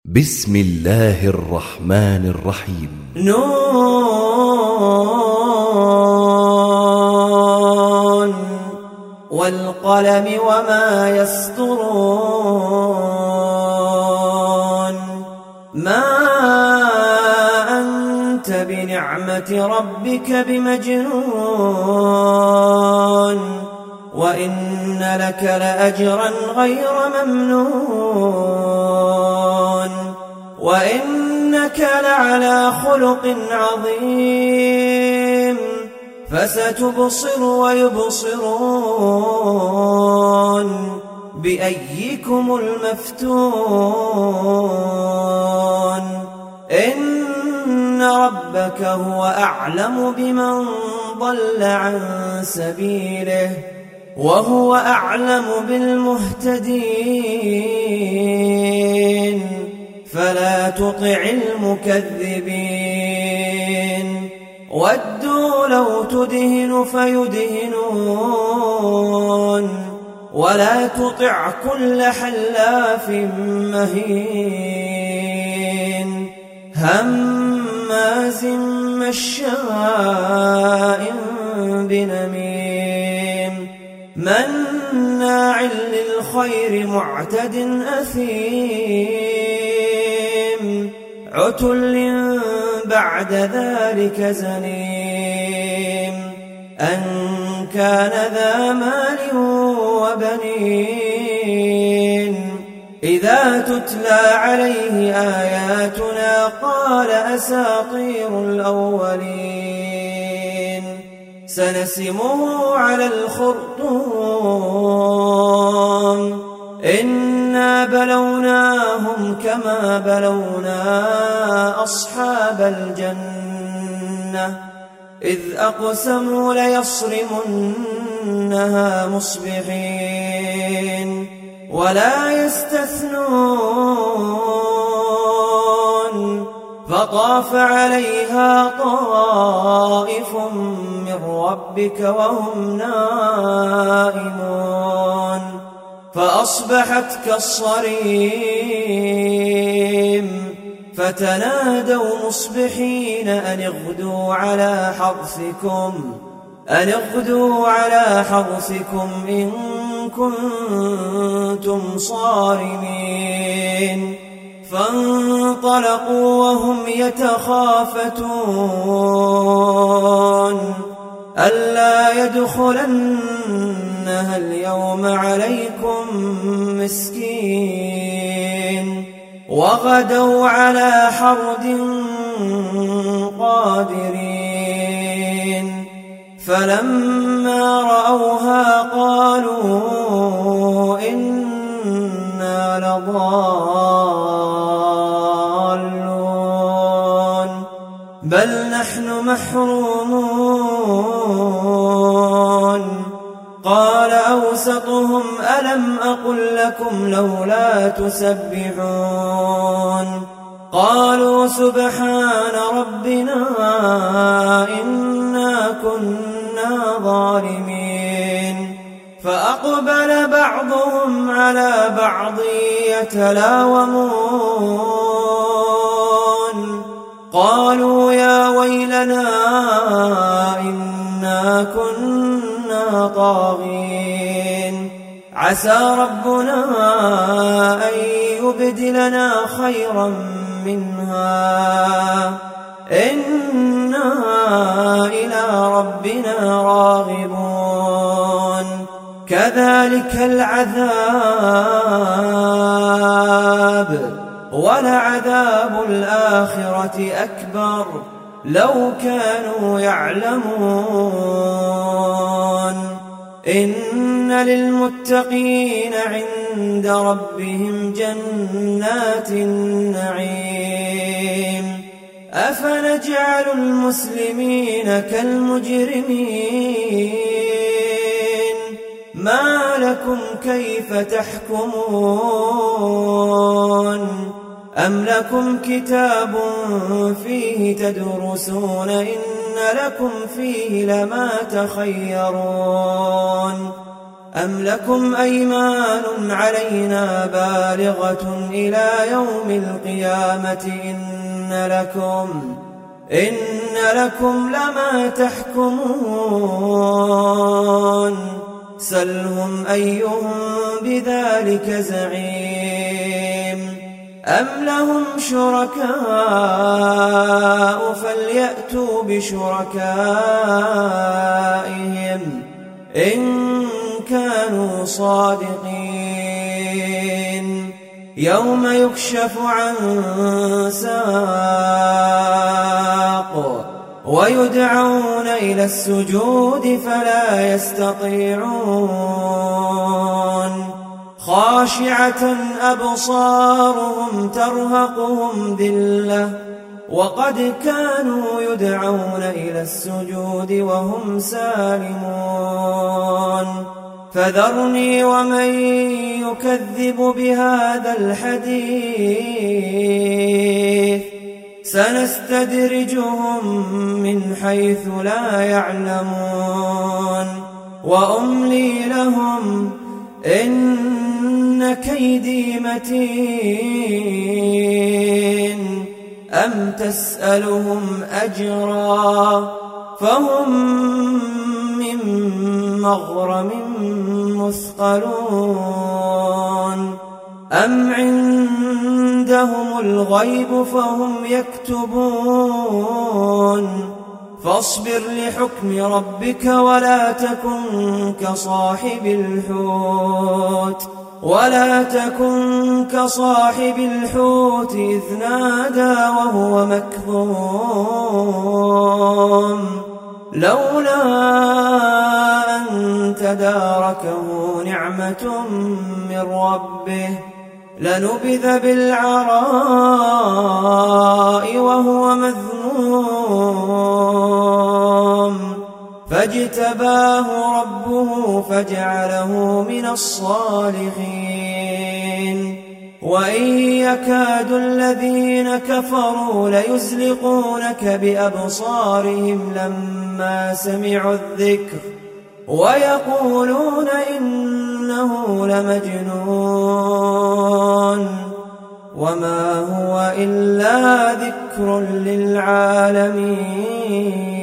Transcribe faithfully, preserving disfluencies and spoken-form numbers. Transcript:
بسم الله الرحمن الرحيم. نون والقلم وما يسطرون ما أنت بنعمة ربك بمجنون وإن لك لأجرا غير ممنون وإنك لعلى خلق عظيم فستبصر ويبصرون بأيكم المفتون إن ربك هو أعلم بمن ضل عن سبيله وهو أعلم بالمهتدين فلا تطع المكذبين ودوا لو تدهن فيدهنون ولا تطع كل حلاف مهين هماز مشاء بنميم مناع للخير معتد أثيم عتل بعد ذلك زنيم أن كان ذا مال وبنين إذا تتلى عليه آياتنا قال أساطير الأولين سنسمه على الخرطوم إنا بلوناهم كما بلونا أصحاب الجنة إذ أقسموا ليصرمنها مصبحين ولا يستثنون فطاف عليها طائف من ربك وهم نائمون فأصبحت كالصريم فتنادوا مصبحين أن اغدوا على حرثكم أن اغدوا على حرثكم إن كنتم صارمين فانطلقوا وهم يتخافتون ألا يدخلنها اليوم عليكم مسكين وغدوا على حرد قادرين فلما رأوها قالوا إنا لضالون بل نحن محرومون قال أوسطهم ألم أقل لكم لولا تسبحون قالوا سبحان ربنا إنا كنا ظالمين فأقبل بعضهم على بعض يتلاومون قالوا يا ويلنا إنا كنا طاغين عسى ربنا أن يبدلنا خيرا منها إنا إلى ربنا راغبون كذلك العذاب ولعذاب الآخرة أكبر لو كانوا يعلمون إن للمتقين عند ربهم جنات النعيم أفنجعل المسلمين كالمجرمين ما لكم كيف تحكمون أم لكم كتاب فيه تدرسون إن لكم فيه لما تخيرون أم لكم أيمان علينا بالغة إلى يوم القيامة إن لكم إن لكم لما تحكمون سلهم أيهم بذلك زعيم أم لهم شركاء فليأتوا بشركائهم إن كانوا صادقين يوم يكشف عن ساق ويدعون إلى السجود فلا يستطيعون خاشعة أبصارهم ترهقهم ذلة وقد كانوا يدعون إلى السجود وهم سالمون فذرني ومن يكذب بهذا الحديث سنستدرجهم من حيث لا يعلمون وأملي لهم إن كيدي متين أم تسألهم أجرا فهم من مغرم مثقلون أم عندهم الغيب فهم يكتبون فاصبر لحكم ربك ولا تكن كصاحب الحوت ولا تكن كصاحب الحوت إذ نادى وهو مكظوم لولا أن تداركه نعمة من ربه لنبذ بالعراء وهو مذموم فاجتباه ربه فجعله من الصالحين وإن يكاد الذين كفروا ليزلقونك بأبصارهم لما سمعوا الذكر ويقولون إنه لمجنون وما هو إلا ذكر للعالمين.